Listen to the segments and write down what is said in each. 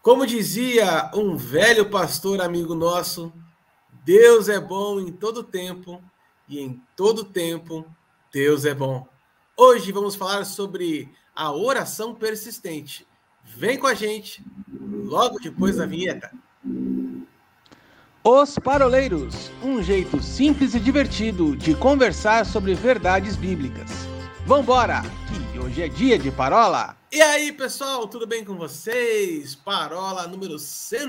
Como dizia um velho pastor amigo nosso, Deus é bom em todo tempo e em todo tempo Deus é bom. Hoje vamos falar sobre a oração persistente. Vem com a gente, logo depois da vinheta. Os Paroleiros, um jeito simples e divertido de conversar sobre verdades bíblicas. Vambora, que hoje é dia de parola! E aí, pessoal, tudo bem com vocês? Parola número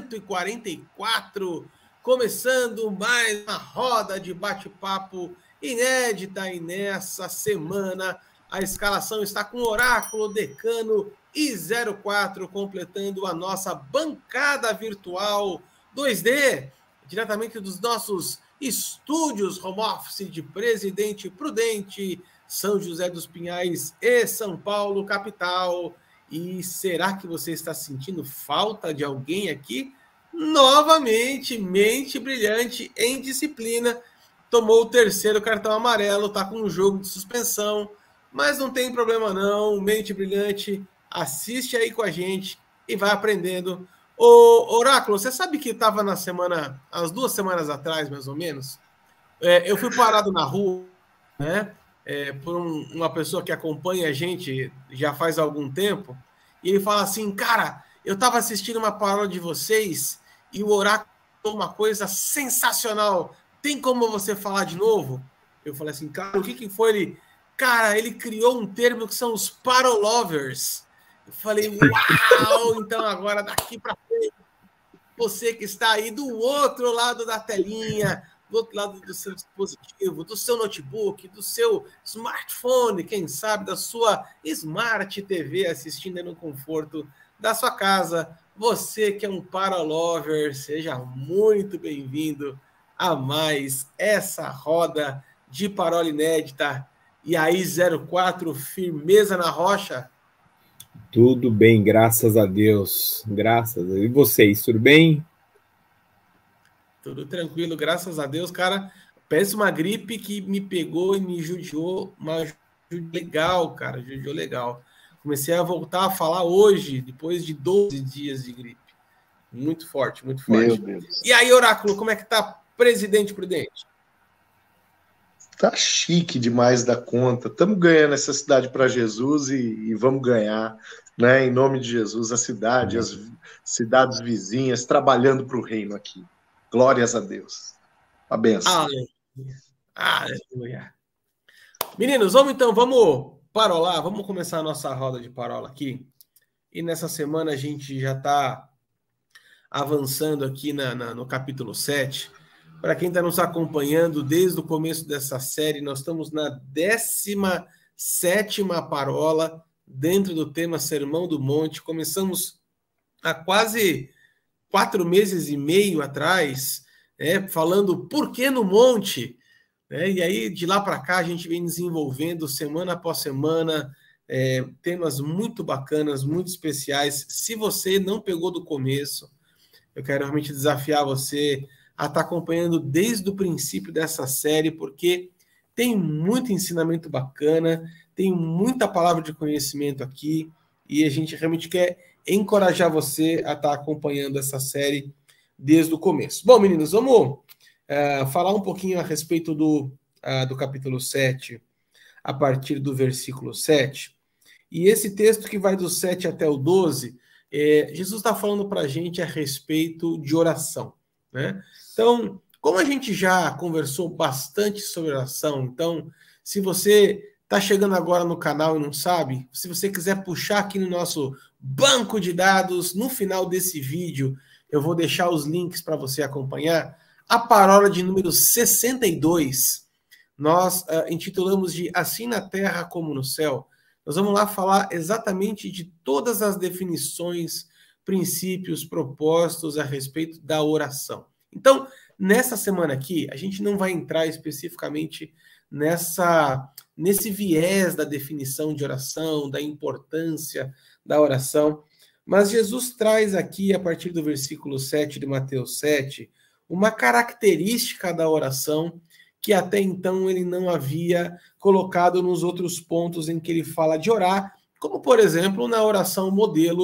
144, começando mais uma roda de bate-papo inédita, e nessa semana a escalação está com o Oráculo, Decano e 04, completando a nossa bancada virtual 2D, diretamente dos nossos estúdios home office de Presidente Prudente, São José dos Pinhais e São Paulo, capital. E será que você está sentindo falta de alguém aqui? Novamente, mente brilhante em disciplina, tomou o terceiro cartão amarelo, está com um jogo de suspensão, mas não tem problema não, mente brilhante, assiste aí com a gente e vai aprendendo. Ô, Oráculo, você sabe que estava na semana, há 2 semanas atrás, mais ou menos, eu fui parado na rua, né? Por uma pessoa que acompanha a gente já faz algum tempo, e ele fala assim, cara, eu estava assistindo uma paródia de vocês e o Oráculo falou uma coisa sensacional, tem como você falar de novo? Eu falei assim, cara, o que foi ele? Cara, ele criou um termo que são os parolovers. Eu falei, uau, então agora daqui para frente, você que está aí do outro lado da telinha, do outro lado do seu dispositivo, do seu notebook, do seu smartphone, quem sabe da sua Smart TV, assistindo no conforto da sua casa. Você que é um paralover, seja muito bem-vindo a mais essa roda de parola inédita. E aí, 04, firmeza na rocha? Tudo bem, graças a Deus. Graças a Deus. E vocês, tudo bem? Tudo tranquilo, graças a Deus, cara. Parece uma gripe que me pegou e me judiou, mas legal, cara, judiou legal. Comecei a voltar a falar hoje, depois de 12 dias de gripe. Muito forte, muito forte. Meu Deus. E aí, Oráculo, como é que tá, Presidente Prudente? Tá chique demais da conta. Estamos ganhando essa cidade para Jesus e vamos ganhar, né? Em nome de Jesus, a cidade, as cidades vizinhas, trabalhando para o reino aqui. Glórias a Deus. A benção. Aleluia. Aleluia. Meninos, vamos parolar, vamos começar a nossa roda de parola aqui. E nessa semana a gente já está avançando aqui no capítulo 7. Para quem está nos acompanhando desde o começo dessa série, nós estamos na 17ª parola dentro do tema Sermão do Monte. Começamos há quase 4 meses e meio atrás, falando por que no monte? E aí, de lá para cá, a gente vem desenvolvendo semana após semana temas muito bacanas, muito especiais. Se você não pegou do começo, eu quero realmente desafiar você a estar acompanhando desde o princípio dessa série, porque tem muito ensinamento bacana, tem muita palavra de conhecimento aqui, e a gente realmente quer encorajar você a estar acompanhando essa série desde o começo. Bom, meninos, vamos falar um pouquinho a respeito do capítulo 7, a partir do versículo 7. E esse texto que vai do 7 até o 12, Jesus está falando para a gente a respeito de oração, né? Então, como a gente já conversou bastante sobre oração, então, se você está chegando agora no canal e não sabe, se você quiser puxar aqui no nosso banco de dados, no final desse vídeo, eu vou deixar os links para você acompanhar. A parola de número 62, nós intitulamos de Assim na Terra como no Céu. Nós vamos lá falar exatamente de todas as definições, princípios, propósitos a respeito da oração. Então, nessa semana aqui, a gente não vai entrar especificamente nesse viés da definição de oração, da importância da oração, mas Jesus traz aqui, a partir do versículo 7 de Mateus 7, uma característica da oração que até então ele não havia colocado nos outros pontos em que ele fala de orar, como, por exemplo, na oração modelo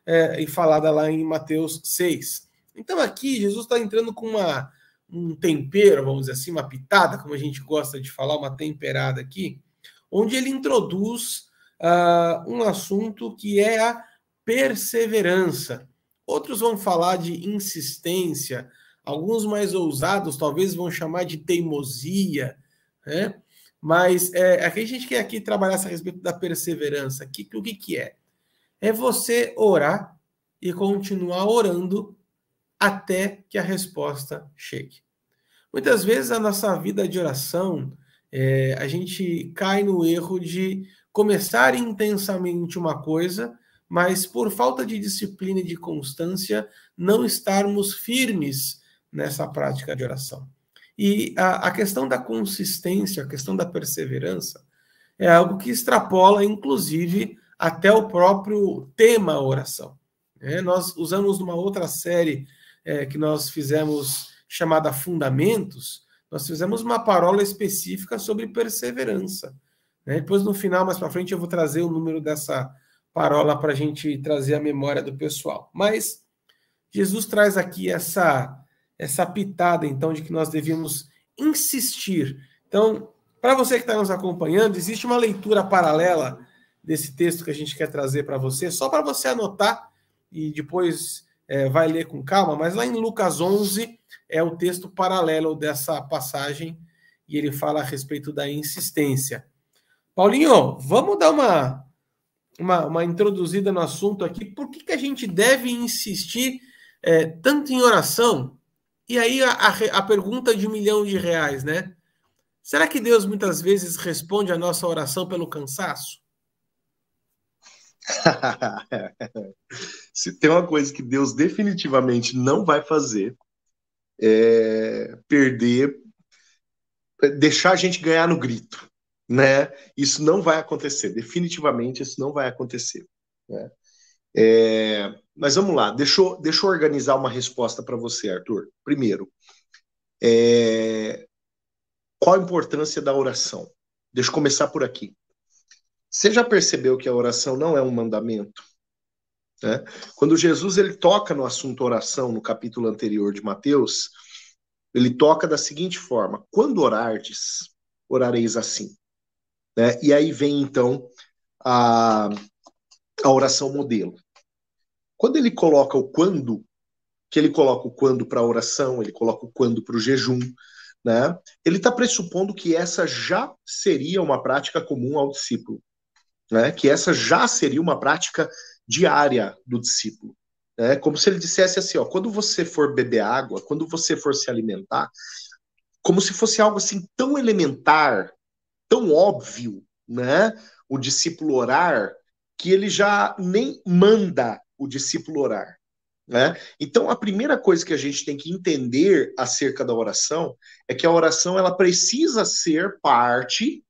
e falada lá em Mateus 6. Então aqui Jesus está entrando com um tempero, vamos dizer assim, uma pitada, como a gente gosta de falar, uma temperada aqui, onde ele introduz um assunto que é a perseverança. Outros vão falar de insistência, alguns mais ousados talvez vão chamar de teimosia, né? Mas aqui a gente quer aqui trabalhar a respeito da perseverança. O que é? É você orar e continuar orando até que a resposta chegue. Muitas vezes a nossa vida de oração, a gente cai no erro de começar intensamente uma coisa, mas por falta de disciplina e de constância, não estarmos firmes nessa prática de oração. E a questão da consistência, a questão da perseverança, é algo que extrapola, inclusive, até o próprio tema oração. Nós usamos numa outra série que nós fizemos, chamada Fundamentos, nós fizemos uma parola específica sobre perseverança. Depois, no final, mais para frente, eu vou trazer o número dessa parola para a gente trazer a memória do pessoal. Mas Jesus traz aqui essa pitada, então, de que nós devíamos insistir. Então, para você que está nos acompanhando, existe uma leitura paralela desse texto que a gente quer trazer para você, só para você anotar e depois vai ler com calma, mas lá em Lucas 11 é o texto paralelo dessa passagem e ele fala a respeito da insistência. Paulinho, vamos dar uma introduzida no assunto aqui. Por que a gente deve insistir tanto em oração? E aí a pergunta de R$1 milhão, né? Será que Deus muitas vezes responde a nossa oração pelo cansaço? Se tem uma coisa que Deus definitivamente não vai fazer, deixar a gente ganhar no grito, né? Isso não vai acontecer, definitivamente isso não vai acontecer, né? Mas vamos lá, deixa eu organizar uma resposta para você, Arthur. Primeiro, qual a importância da oração? Deixa eu começar por aqui. Você já percebeu que a oração não é um mandamento? Né? Quando Jesus ele toca no assunto oração, no capítulo anterior de Mateus, ele toca da seguinte forma: quando orardes, orareis assim. Né? E aí vem, então, a oração modelo. Quando ele coloca o quando, que ele coloca o quando para a oração, ele coloca o quando para o jejum, né? Ele está pressupondo que essa já seria uma prática comum ao discípulo. Né, que essa já seria uma prática diária do discípulo. Né, como se ele dissesse assim, ó, quando você for beber água, quando você for se alimentar, como se fosse algo assim tão elementar, tão óbvio, né, o discípulo orar, que ele já nem manda o discípulo orar. Né? Então, a primeira coisa que a gente tem que entender acerca da oração é que a oração ela precisa ser parte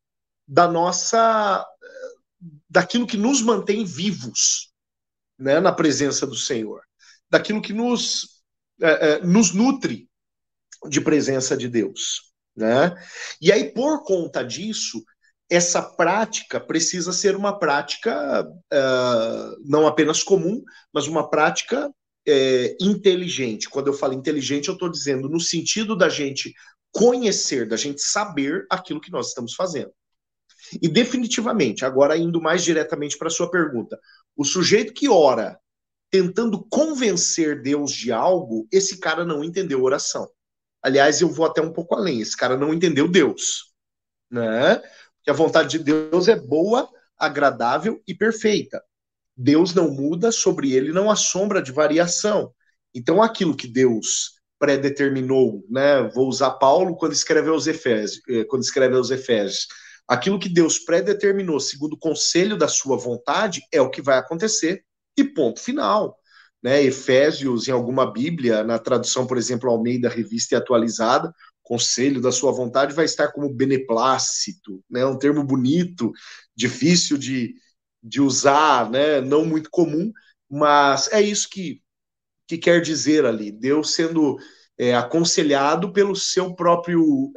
daquilo que nos mantém vivos, né, na presença do Senhor, daquilo que nos nutre de presença de Deus, né? E aí, por conta disso, essa prática precisa ser uma prática não apenas comum, mas uma prática inteligente. Quando eu falo inteligente, eu estou dizendo no sentido da gente conhecer, da gente saber aquilo que nós estamos fazendo. E definitivamente, agora indo mais diretamente para a sua pergunta, o sujeito que ora tentando convencer Deus de algo, esse cara não entendeu oração. Aliás, eu vou até um pouco além, esse cara não entendeu Deus, né? Porque a vontade de Deus é boa, agradável e perfeita. Deus não muda, sobre ele não há sombra de variação. Então, aquilo que Deus predeterminou, né? Vou usar Paulo quando escreve aos Efésios, aquilo que Deus predeterminou segundo o conselho da sua vontade é o que vai acontecer e ponto final. Né? Efésios, em alguma Bíblia, na tradução, por exemplo, Almeida, Revista e Atualizada, conselho da sua vontade vai estar como beneplácito, né? Um termo bonito, difícil de usar, né? Não muito comum, mas é isso que quer dizer ali, Deus sendo aconselhado pelo seu próprio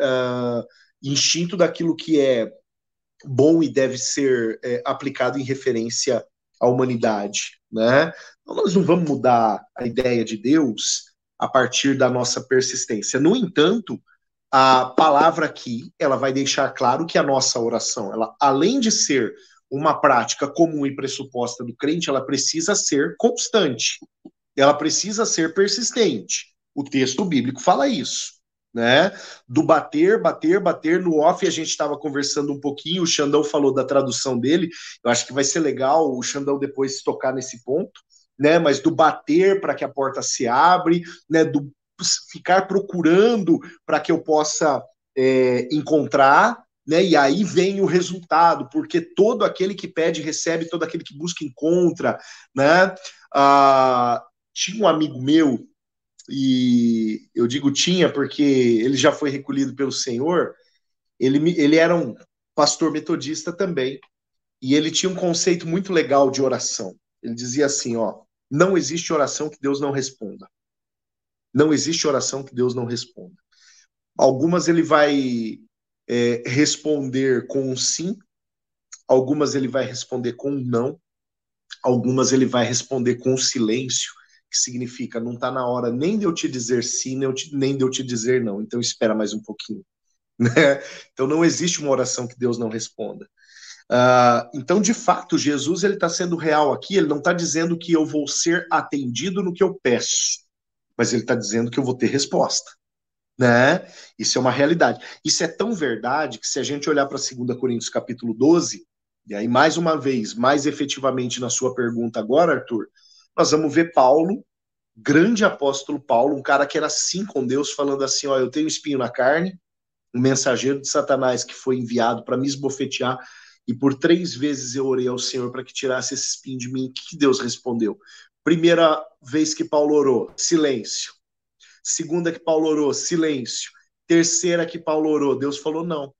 instinto daquilo que é bom e deve ser aplicado em referência a humanidade, né? Então, nós não vamos mudar a ideia de Deus a partir da nossa persistência. No entanto, a palavra aqui, ela vai deixar claro que a nossa oração, ela, além de ser uma prática comum e pressuposta do crente, ela precisa ser constante, ela precisa ser persistente. O texto bíblico fala isso, né? Do bater, bater, bater. No off a gente estava conversando um pouquinho, o Xandão falou da tradução dele, eu acho que vai ser legal o Xandão depois tocar nesse ponto, né? Mas do bater para que a porta se abre, né? Do ficar procurando para que eu possa encontrar, né? E aí vem o resultado, porque todo aquele que pede recebe, todo aquele que busca encontra, né? Tinha um amigo meu, e eu digo tinha porque ele já foi recolhido pelo Senhor, ele era um pastor metodista também, e ele tinha um conceito muito legal de oração. Ele dizia assim, ó, não existe oração que Deus não responda. Não existe oração que Deus não responda. Algumas ele vai responder com um sim, algumas ele vai responder com um não, algumas ele vai responder com um silêncio, que significa não está na hora nem de eu te dizer sim, nem de eu te dizer não, então espera mais um pouquinho. Né? Então não existe uma oração que Deus não responda. Então, de fato, Jesus ele está sendo real aqui, ele não está dizendo que eu vou ser atendido no que eu peço, mas ele está dizendo que eu vou ter resposta. Né? Isso é uma realidade. Isso é tão verdade que se a gente olhar para 2 Coríntios capítulo 12, e aí mais uma vez, mais efetivamente na sua pergunta agora, Arthur, nós vamos ver Paulo, grande apóstolo Paulo, um cara que era assim com Deus, falando assim, ó, eu tenho espinho na carne, um mensageiro de Satanás que foi enviado para me esbofetear, e por 3 vezes eu orei ao Senhor para que tirasse esse espinho de mim. O que Deus respondeu? Primeira vez que Paulo orou, silêncio. Segunda que Paulo orou, silêncio. Terceira que Paulo orou, Deus falou não.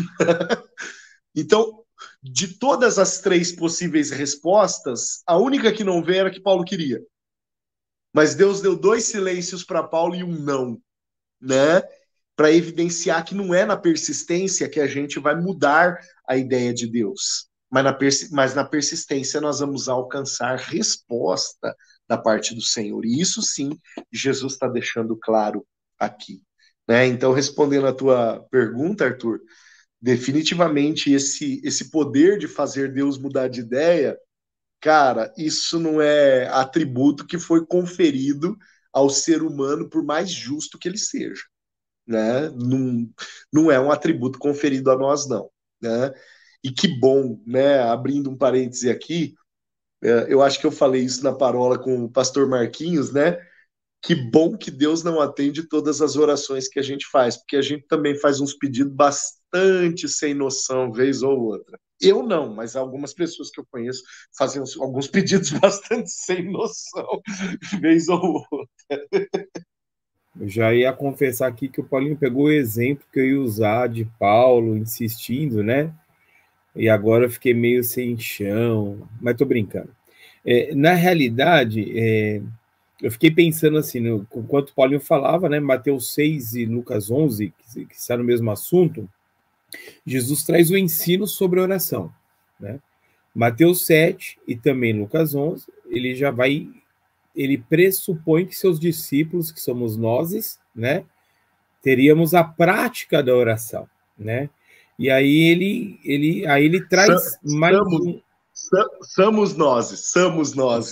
Então, de todas as 3 possíveis respostas, a única que não veio era que Paulo queria. Mas Deus deu 2 silêncios para Paulo e um não, né? Para evidenciar que não é na persistência que a gente vai mudar a ideia de Deus. Mas na persistência nós vamos alcançar resposta da parte do Senhor. E isso sim, Jesus está deixando claro aqui. Né? Então, respondendo a tua pergunta, Arthur, definitivamente esse poder de fazer Deus mudar de ideia, cara, isso não é atributo que foi conferido ao ser humano, por mais justo que ele seja. Né? Não é um atributo conferido a nós, não. Né? E que bom, né? Abrindo um parêntese aqui, eu acho que eu falei isso na parola com o pastor Marquinhos, né? Que bom que Deus não atende todas as orações que a gente faz, porque a gente também faz uns pedidos bastante sem noção, vez ou outra. Eu não, mas algumas pessoas que eu conheço fazem alguns pedidos bastante sem noção, vez ou outra. Eu já ia confessar aqui que o Paulinho pegou o exemplo que eu ia usar de Paulo insistindo, né? E agora eu fiquei meio sem chão, mas tô brincando. Na realidade, eu fiquei pensando assim, enquanto o Paulinho falava, né? Mateus 6 e Lucas 11, que está no mesmo assunto, Jesus traz o ensino sobre a oração, né? Mateus 7 e também Lucas 11, ele pressupõe que seus discípulos, que somos nós, né, teríamos a prática da oração, né? E aí ele traz mais um... Somos nós. Somos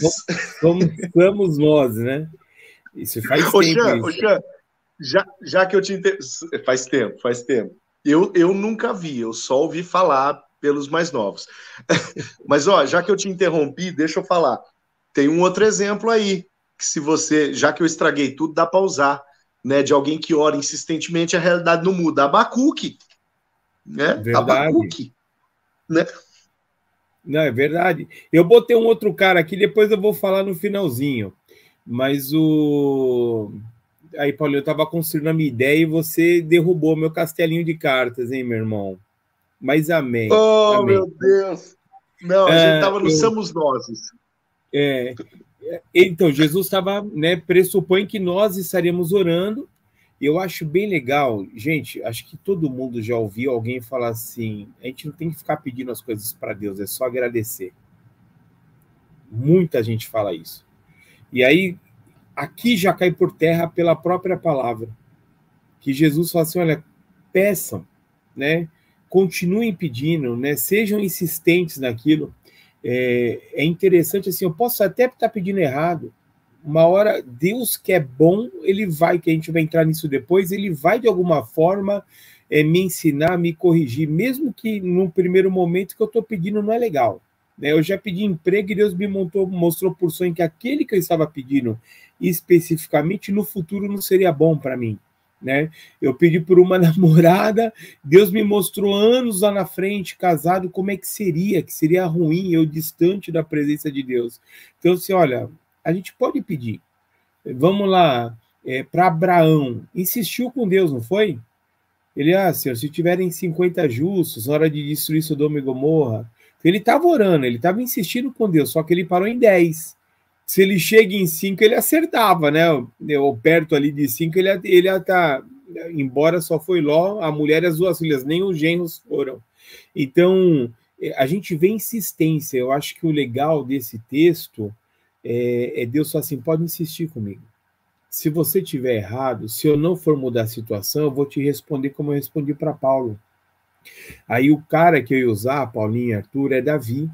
nós, né? Isso faz tempo. Xan, já que eu te faz tempo. Eu nunca vi, eu só ouvi falar pelos mais novos. Mas, ó, já que eu te interrompi, deixa eu falar. Tem um outro exemplo aí, que se você, já que eu estraguei tudo, dá para usar, né? De alguém que ora insistentemente, a realidade não muda. Abacuque, né? Verdade. Abacuque, né? Não, é verdade. Eu botei um outro cara aqui, depois eu vou falar no finalzinho. Mas aí, Paulinho, eu estava construindo a minha ideia e você derrubou meu castelinho de cartas, hein, meu irmão? Mas amém. Oh, amém. Meu Deus! Não, a gente estava no Somos Nozes. Então, Jesus estava, né, pressupõe que nós estaríamos orando. Eu acho bem legal, gente, acho que todo mundo já ouviu alguém falar assim, a gente não tem que ficar pedindo as coisas para Deus, é só agradecer. Muita gente fala isso. E aí, aqui já cai por terra pela própria palavra, que Jesus fala assim, olha, peçam, né? Continuem pedindo, né? Sejam insistentes naquilo. É interessante, assim, eu posso até estar pedindo errado, uma hora, Deus que é bom, ele vai, que a gente vai entrar nisso depois, ele vai de alguma forma me ensinar, me corrigir, mesmo que no primeiro momento que eu estou pedindo não é legal. Né? Eu já pedi emprego e Deus me mostrou por sonho que aquele que eu estava pedindo especificamente no futuro não seria bom para mim. Né? Eu pedi por uma namorada, Deus me mostrou anos lá na frente, casado, como é que seria ruim, eu distante da presença de Deus. Então, assim, olha, a gente pode pedir. Vamos lá, para Abraão, insistiu com Deus, não foi? Ele, Senhor, se tiverem 50 justos, hora de destruir Sodoma e Gomorra. Ele estava orando, ele estava insistindo com Deus, só que ele parou em 10. Se ele chega em 5, ele acertava, né? Ou perto ali de 5, ele ia estar, embora só foi Ló, a mulher e as duas filhas, nem os genros foram. Então, a gente vê insistência. Eu acho que o legal desse texto é Deus falar assim, pode insistir comigo. Se você tiver errado, se eu não for mudar a situação, eu vou te responder como eu respondi para Paulo. Aí o cara que eu ia usar, Paulinho e Arthur, é Davi.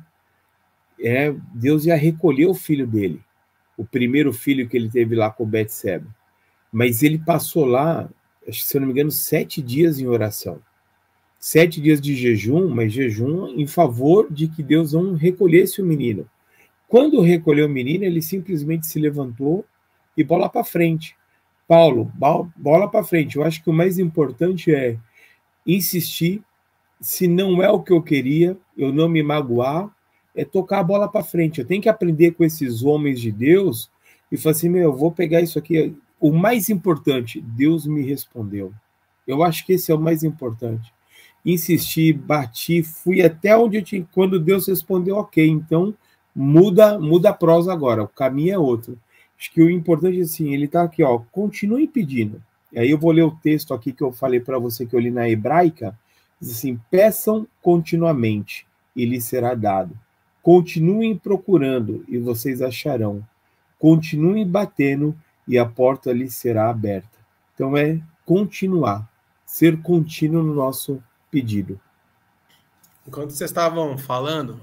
Deus ia recolher o filho dele, o primeiro filho que ele teve lá com Betseba. Mas ele passou lá, se eu não me engano, 7 dias em oração. 7 dias de jejum, mas jejum em favor de que Deus não recolhesse o menino. Quando recolheu o menino, ele simplesmente se levantou e bola para frente. Paulo, bola para frente. Eu acho que o mais importante é insistir. Se não é o que eu queria, eu não me magoar, é tocar a bola para frente. Eu tenho que aprender com esses homens de Deus e falar assim, eu vou pegar isso aqui. O mais importante, Deus me respondeu. Eu acho que esse é o mais importante. Insisti, bati, fui até onde eu tinha. Quando Deus respondeu, ok, então muda a prosa agora, o caminho é outro. Acho que o importante é assim, ele está aqui, continue pedindo. E aí eu vou ler o texto aqui que eu falei para você, que eu li na hebraica, diz assim, peçam continuamente e lhes será dado. Continuem procurando e vocês acharão. Continuem batendo e a porta lhes será aberta. Então é continuar, ser contínuo no nosso pedido. Enquanto vocês estavam falando,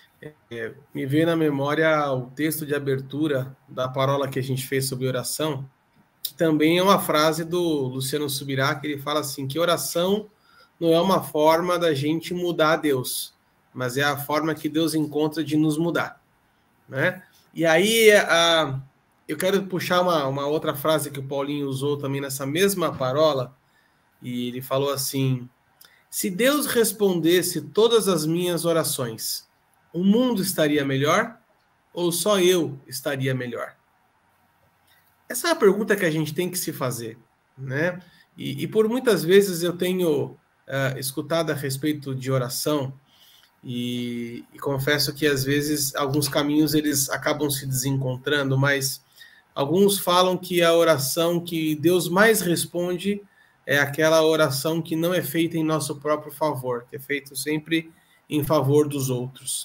me veio na memória o texto de abertura da parola que a gente fez sobre oração, que também é uma frase do Luciano Subirá, que ele fala assim, que oração não é uma forma da gente mudar a Deus, mas é a forma que Deus encontra de nos mudar. Né? E aí, eu quero puxar uma outra frase que o Paulinho usou também nessa mesma parola, e ele falou assim, se Deus respondesse todas as minhas orações, o mundo estaria melhor ou só eu estaria melhor? Essa é uma pergunta que a gente tem que se fazer, né? E por muitas vezes eu tenho escutado a respeito de oração e confesso que às vezes alguns caminhos eles acabam se desencontrando, mas alguns falam que a oração que Deus mais responde é aquela oração que não é feita em nosso próprio favor, que é feita sempre em favor dos outros.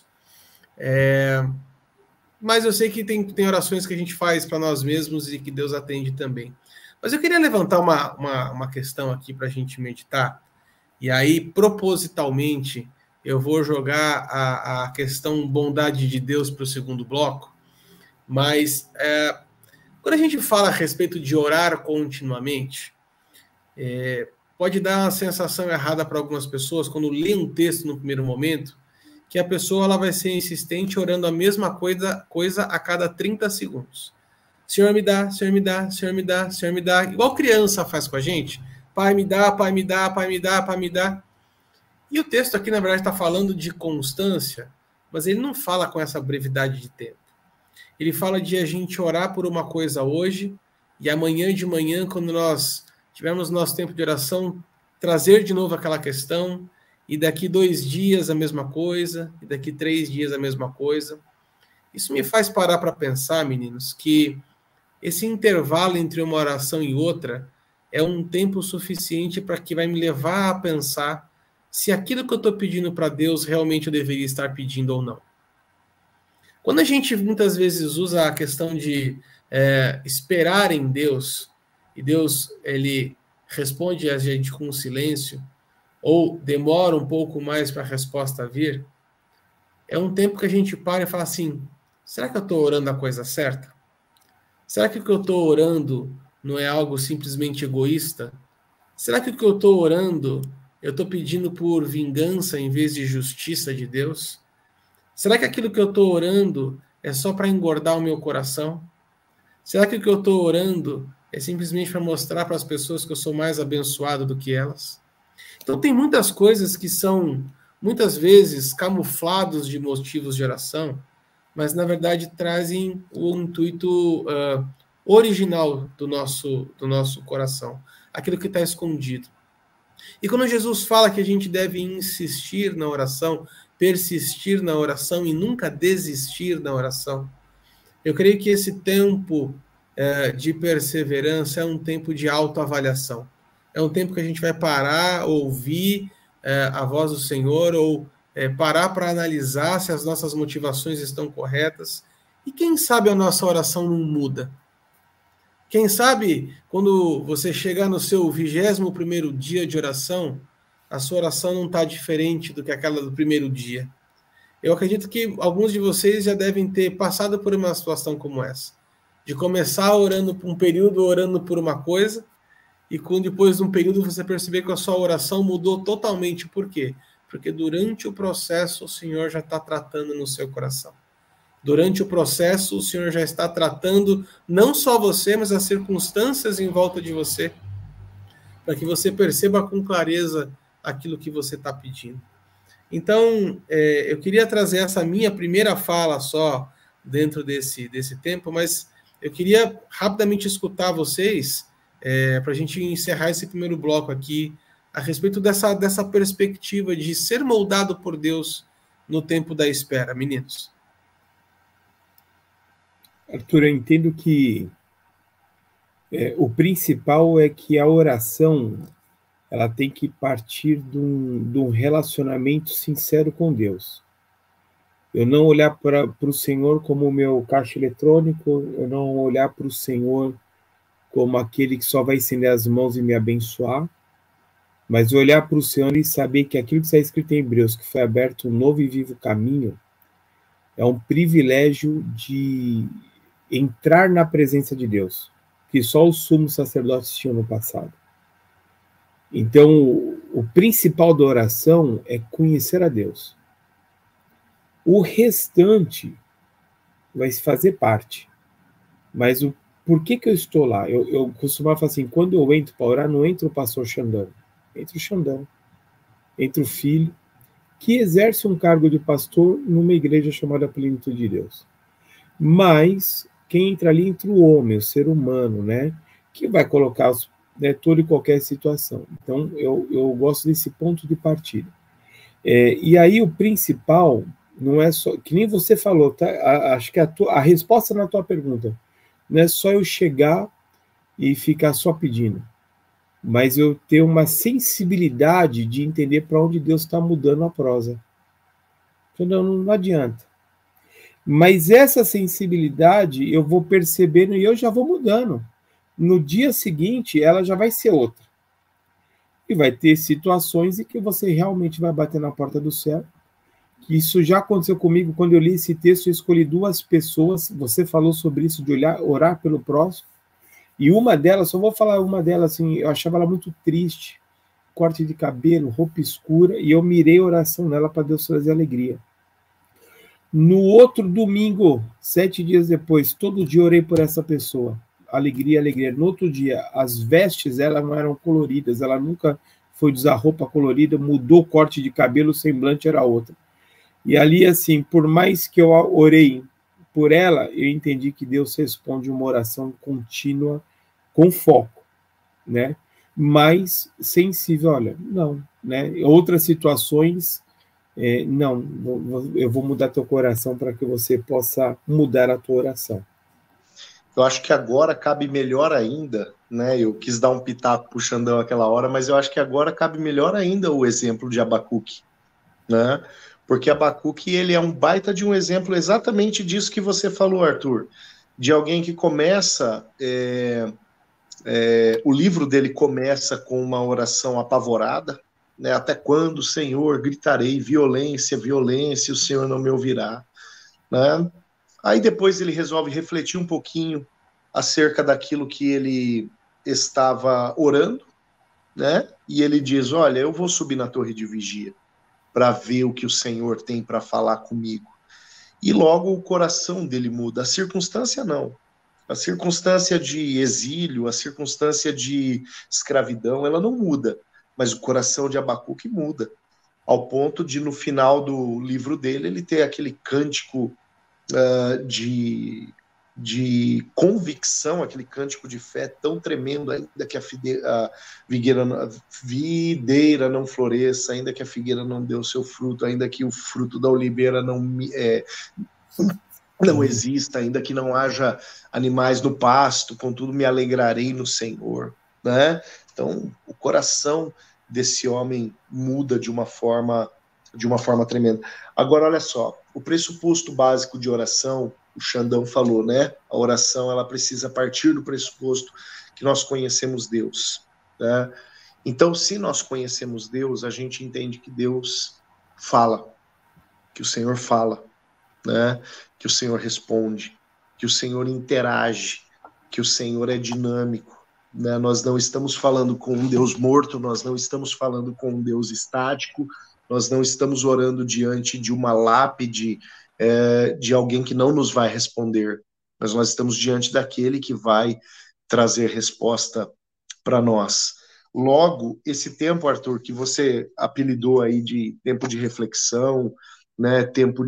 Mas eu sei que tem orações que a gente faz para nós mesmos e que Deus atende também. Mas eu queria levantar uma questão aqui para a gente meditar, e aí, propositalmente, eu vou jogar a questão bondade de Deus para o segundo bloco, mas quando a gente fala a respeito de orar continuamente, pode dar uma sensação errada para algumas pessoas, quando lê um texto no primeiro momento, que a pessoa ela vai ser insistente orando a mesma coisa a cada 30 segundos. Senhor me dá, Senhor me dá, Senhor me dá, Senhor me dá. Igual criança faz com a gente. Pai me dá, Pai me dá, Pai me dá, Pai me dá. E o texto aqui, na verdade, está falando de constância, mas ele não fala com essa brevidade de tempo. Ele fala de a gente orar por uma coisa hoje e amanhã de manhã, quando nós tivermos nosso tempo de oração, trazer de novo aquela questão, e daqui 2 dias a mesma coisa, e daqui 3 dias a mesma coisa. Isso me faz parar para pensar, meninos, que esse intervalo entre uma oração e outra é um tempo suficiente para que vai me levar a pensar se aquilo que eu estou pedindo para Deus realmente eu deveria estar pedindo ou não. Quando a gente muitas vezes usa a questão de esperar em Deus, e Deus ele responde a gente com silêncio, ou demora um pouco mais para a resposta vir, é um tempo que a gente para e fala assim, será que eu estou orando a coisa certa? Será que o que eu estou orando não é algo simplesmente egoísta? Será que o que eu estou orando, eu estou pedindo por vingança em vez de justiça de Deus? Será que aquilo que eu estou orando é só para engordar o meu coração? Será que o que eu estou orando é simplesmente para mostrar para as pessoas que eu sou mais abençoado do que elas? Então tem muitas coisas que são, muitas vezes, camuflados de motivos de oração, mas na verdade trazem o intuito original do nosso coração, aquilo que está escondido. E quando Jesus fala que a gente deve insistir na oração, persistir na oração e nunca desistir na oração, eu creio que esse tempo de perseverança é um tempo de autoavaliação. É um tempo que a gente vai parar, ouvir a voz do Senhor, ou parar para analisar se as nossas motivações estão corretas. E quem sabe a nossa oração não muda? Quem sabe, quando você chegar no seu 21º dia de oração, a sua oração não está diferente do que aquela do primeiro dia. Eu acredito que alguns de vocês já devem ter passado por uma situação como essa, de começar orando por um período, orando por uma coisa, e depois de um período você perceber que a sua oração mudou totalmente. Por quê? Porque durante o processo o Senhor já está tratando no seu coração. Durante o processo, o Senhor já está tratando não só você, mas as circunstâncias em volta de você, para que você perceba com clareza aquilo que você está pedindo. Então, eu queria trazer essa minha primeira fala só dentro desse tempo, mas eu queria rapidamente escutar vocês, para a gente encerrar esse primeiro bloco aqui, a respeito dessa perspectiva de ser moldado por Deus no tempo da espera. Meninos. Arthur, eu entendo que o principal é que a oração ela tem que partir de um relacionamento sincero com Deus. Eu não olhar para o Senhor como o meu caixa eletrônico, eu não olhar para o Senhor como aquele que só vai estender as mãos e me abençoar, mas olhar para o Senhor e saber que aquilo que está escrito em Hebreus, que foi aberto um novo e vivo caminho, é um privilégio de entrar na presença de Deus, que só os sumos sacerdotes tinham no passado. Então, o principal da oração é conhecer a Deus. O restante vai se fazer parte. Mas por que eu estou lá? Eu costumava falar assim, quando eu entro para orar, não entra o pastor Xandão. Entra o Xandão. Entra o filho, que exerce um cargo de pastor numa igreja chamada Plenitude de Deus. Mas quem entra ali entra o homem, o ser humano, né? Que vai colocar toda e qualquer situação. Então, eu gosto desse ponto de partida. E aí, o principal não é só... Que nem você falou, tá? Acho que a resposta na tua pergunta não é só eu chegar e ficar só pedindo, mas eu ter uma sensibilidade de entender para onde Deus está mudando a prosa. Então, não adianta. Mas essa sensibilidade eu vou percebendo e eu já vou mudando. No dia seguinte, ela já vai ser outra. E vai ter situações em que você realmente vai bater na porta do céu. Isso já aconteceu comigo quando eu li esse texto, eu escolhi 2 pessoas, você falou sobre isso, de orar pelo próximo, e uma delas, só vou falar uma delas, assim, eu achava ela muito triste, corte de cabelo, roupa escura, e eu mirei a oração nela para Deus trazer alegria. No outro domingo, 7 dias depois, todo dia orei por essa pessoa. Alegria, alegria. No outro dia, as vestes dela não eram coloridas, ela nunca foi de usar roupa colorida, mudou o corte de cabelo, o semblante era outra. E ali, assim, por mais que eu orei por ela, eu entendi que Deus responde uma oração contínua, com foco, né? Mas sensível, olha, não, né? Outras situações, não, eu vou mudar teu coração para que você possa mudar a tua oração. Eu acho que agora cabe melhor ainda, né? Eu quis dar um pitaco pro Xandão aquela hora, mas eu acho que agora cabe melhor ainda o exemplo de Abacuque, né? Porque Abacuque, ele é um baita de um exemplo exatamente disso que você falou, Arthur, de alguém que começa, o livro dele começa com uma oração apavorada, né? Até quando, Senhor, gritarei violência, violência, o Senhor não me ouvirá, né? Aí depois ele resolve refletir um pouquinho acerca daquilo que ele estava orando, né? E ele diz, olha, eu vou subir na torre de vigia para ver o que o Senhor tem para falar comigo. E logo o coração dele muda. A circunstância não. A circunstância de exílio, a circunstância de escravidão, ela não muda. Mas o coração de Abacuque muda. Ao ponto de, no final do livro dele, ele ter aquele cântico de convicção, aquele cântico de fé tão tremendo, ainda que a videira não floresça, ainda que a figueira não dê o seu fruto, ainda que o fruto da oliveira não exista, ainda que não haja animais no pasto, contudo me alegrarei no Senhor, né? Então, o coração desse homem muda de uma forma tremenda. Agora, olha só, o pressuposto básico de oração, o Xandão falou, né? A oração, ela precisa partir do pressuposto que nós conhecemos Deus, né? Então, se nós conhecemos Deus, a gente entende que Deus fala, que o Senhor fala, né? Que o Senhor responde, que o Senhor interage, que o Senhor é dinâmico, né? Nós não estamos falando com um Deus morto, nós não estamos falando com um Deus estático, nós não estamos orando diante de uma lápide de alguém que não nos vai responder, mas nós estamos diante daquele que vai trazer resposta para nós. Logo, esse tempo, Arthur, que você apelidou aí de tempo de reflexão, né, tempo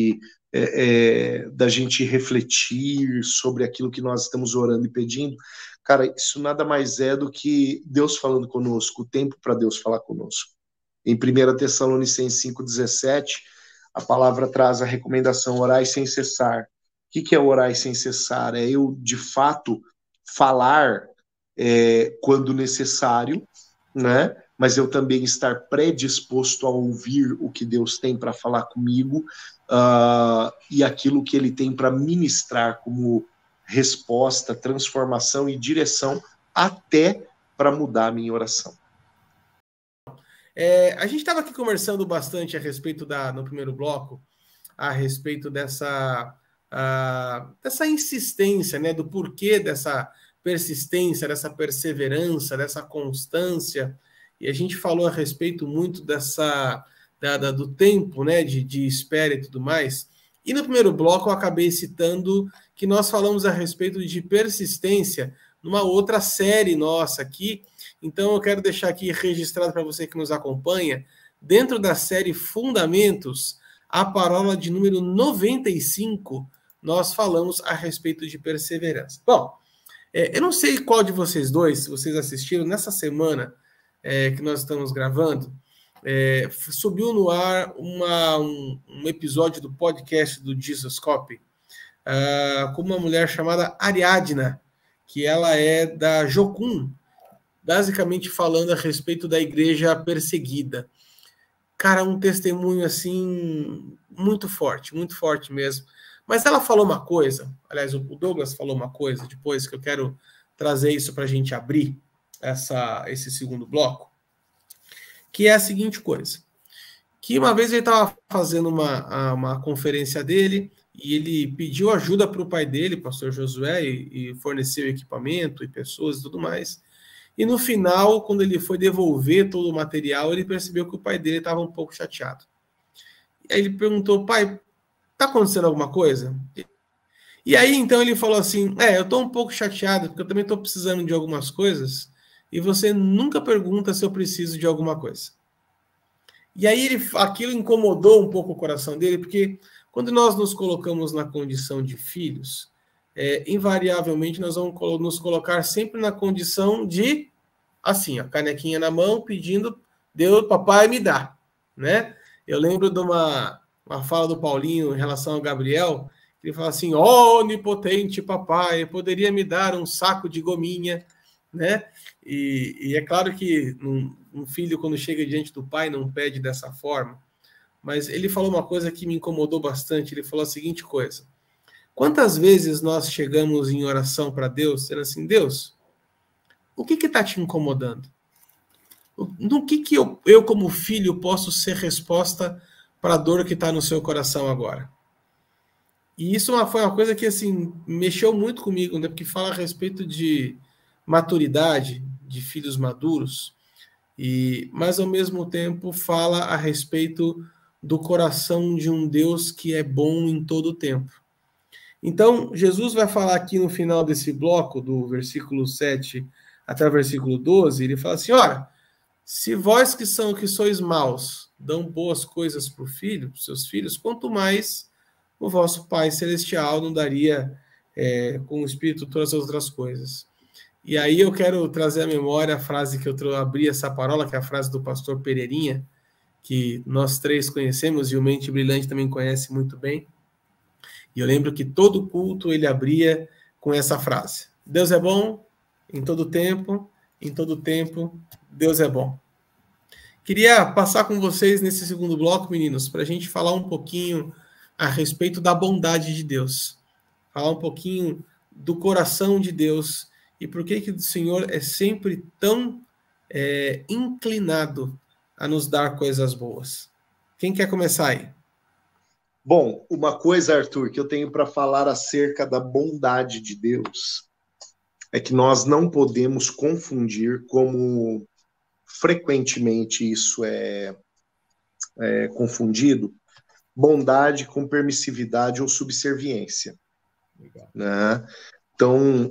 da gente refletir sobre aquilo que nós estamos orando e pedindo, cara, isso nada mais é do que Deus falando conosco, o tempo para Deus falar conosco. Em 1 Tessalonicenses 5,17, a palavra traz a recomendação, orai sem cessar. O que é orar sem cessar? É eu, de fato, falar quando necessário, né? Mas eu também estar predisposto a ouvir o que Deus tem para falar comigo e aquilo que Ele tem para ministrar como resposta, transformação e direção até para mudar a minha oração. A gente estava aqui conversando bastante a respeito no primeiro bloco, a respeito dessa insistência, né, do porquê dessa persistência, dessa perseverança, dessa constância, e a gente falou a respeito muito do tempo, né, de espera e tudo mais, e no primeiro bloco eu acabei citando que nós falamos a respeito de persistência numa outra série nossa aqui. Então eu quero deixar aqui registrado para você que nos acompanha, dentro da série Fundamentos, a parola de número 95, nós falamos a respeito de perseverança. Bom, eu não sei qual de vocês dois, se vocês assistiram, nessa semana que nós estamos gravando, subiu no ar um episódio do podcast do Jesus Copy, com uma mulher chamada Ariadna, que ela é da Jocum, basicamente falando a respeito da igreja perseguida. Cara, um testemunho assim muito forte mesmo. Mas ela falou uma coisa, aliás, o Douglas falou uma coisa depois, que eu quero trazer isso para a gente abrir esse segundo bloco, que é a seguinte coisa, que uma vez ele estava fazendo uma conferência dele, e ele pediu ajuda para o pai dele, pastor Josué, e forneceu equipamento e pessoas e tudo mais. E no final, quando ele foi devolver todo o material, ele percebeu que o pai dele estava um pouco chateado. E aí ele perguntou, pai, está acontecendo alguma coisa? E aí, então, ele falou assim, eu estou um pouco chateado, porque eu também estou precisando de algumas coisas, e você nunca pergunta se eu preciso de alguma coisa. E aí, aquilo incomodou um pouco o coração dele, porque quando nós nos colocamos na condição de filhos, invariavelmente nós vamos nos colocar sempre na condição de, assim, a canequinha na mão, pedindo, Deus, papai, me dá, né? Eu lembro de uma fala do Paulinho em relação ao Gabriel, ele fala assim, onipotente papai, poderia me dar um saco de gominha, né? E é claro que um filho, quando chega diante do pai, não pede dessa forma, mas ele falou uma coisa que me incomodou bastante. Ele falou a seguinte coisa: quantas vezes nós chegamos em oração para Deus, dizendo assim, Deus, o que está te incomodando? No que eu, como filho, posso ser resposta para a dor que está no seu coração agora? E isso foi uma coisa que, assim, mexeu muito comigo, né? Porque fala a respeito de maturidade, de filhos maduros, mas, ao mesmo tempo, fala a respeito do coração de um Deus que é bom em todo o tempo. Então, Jesus vai falar aqui no final desse bloco, do versículo 7 até o versículo 12, ele fala assim, ora, se vós que sois maus, dão boas coisas para os seus filhos, quanto mais o vosso Pai Celestial não daria com o Espírito todas as outras coisas. E aí eu quero trazer à memória a frase que eu abri essa parola, que é a frase do pastor Pereirinha, que nós três conhecemos e o Mente Brilhante também conhece muito bem. E eu lembro que todo culto ele abria com essa frase. Deus é bom em todo tempo Deus é bom. Queria passar com vocês nesse segundo bloco, meninos, para a gente falar um pouquinho a respeito da bondade de Deus. Falar um pouquinho do coração de Deus e por que o Senhor é sempre tão inclinado a nos dar coisas boas. Quem quer começar aí? Bom, uma coisa, Arthur, que eu tenho para falar acerca da bondade de Deus é que nós não podemos confundir, como frequentemente isso é confundido, bondade com permissividade ou subserviência. Né? Então,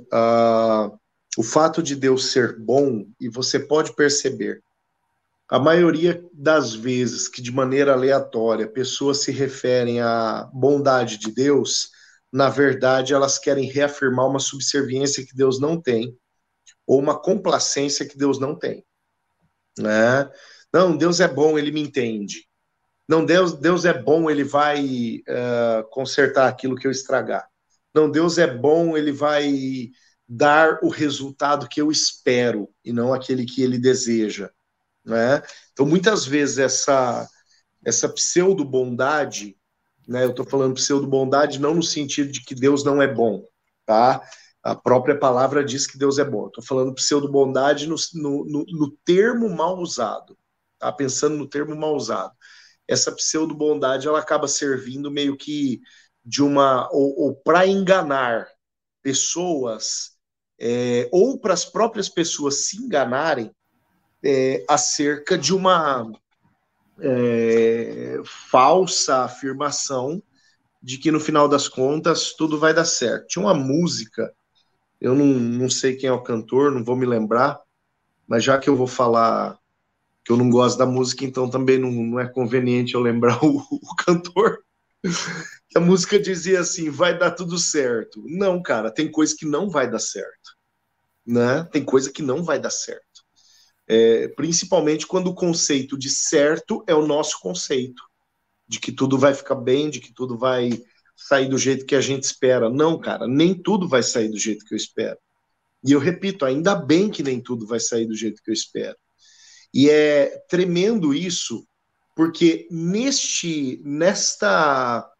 o fato de Deus ser bom, e você pode perceber, a maioria das vezes que de maneira aleatória pessoas se referem à bondade de Deus, na verdade elas querem reafirmar uma subserviência que Deus não tem, ou uma complacência que Deus não tem. Né? Não, Deus é bom, ele me entende. Não, Deus é bom, ele vai consertar aquilo que eu estragar. Não, Deus é bom, ele vai dar o resultado que eu espero e não aquele que ele deseja. Né? Então, muitas vezes, essa pseudo-bondade, né? Eu estou falando pseudo-bondade não no sentido de que Deus não é bom, tá? A própria palavra diz que Deus é bom. Estou falando pseudo-bondade no termo mal usado, tá? Pensando no termo mal usado. Essa pseudo-bondade, ela acaba servindo meio que de uma... ou para enganar pessoas, ou para as próprias pessoas se enganarem acerca de uma falsa afirmação de que, no final das contas, tudo vai dar certo. Tinha uma música, eu não sei quem é o cantor, não vou me lembrar, mas já que eu vou falar que eu não gosto da música, então também não é conveniente eu lembrar o cantor. A música dizia assim, vai dar tudo certo. Não, cara, tem coisa que não vai dar certo. Né? Tem coisa que não vai dar certo. Principalmente quando o conceito de certo é o nosso conceito, de que tudo vai ficar bem, de que tudo vai sair do jeito que a gente espera. Não, cara, nem tudo vai sair do jeito que eu espero. E eu repito, ainda bem que nem tudo vai sair do jeito que eu espero. E é tremendo isso, porque nesta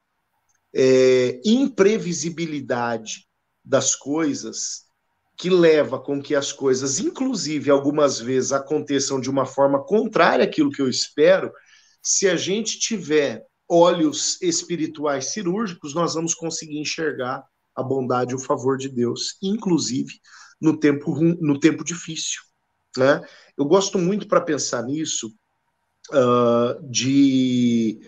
imprevisibilidade das coisas, que leva com que as coisas, inclusive algumas vezes, aconteçam de uma forma contrária àquilo que eu espero, se a gente tiver olhos espirituais cirúrgicos, nós vamos conseguir enxergar a bondade e o favor de Deus, inclusive no tempo difícil. Né? Eu gosto muito, para pensar nisso, de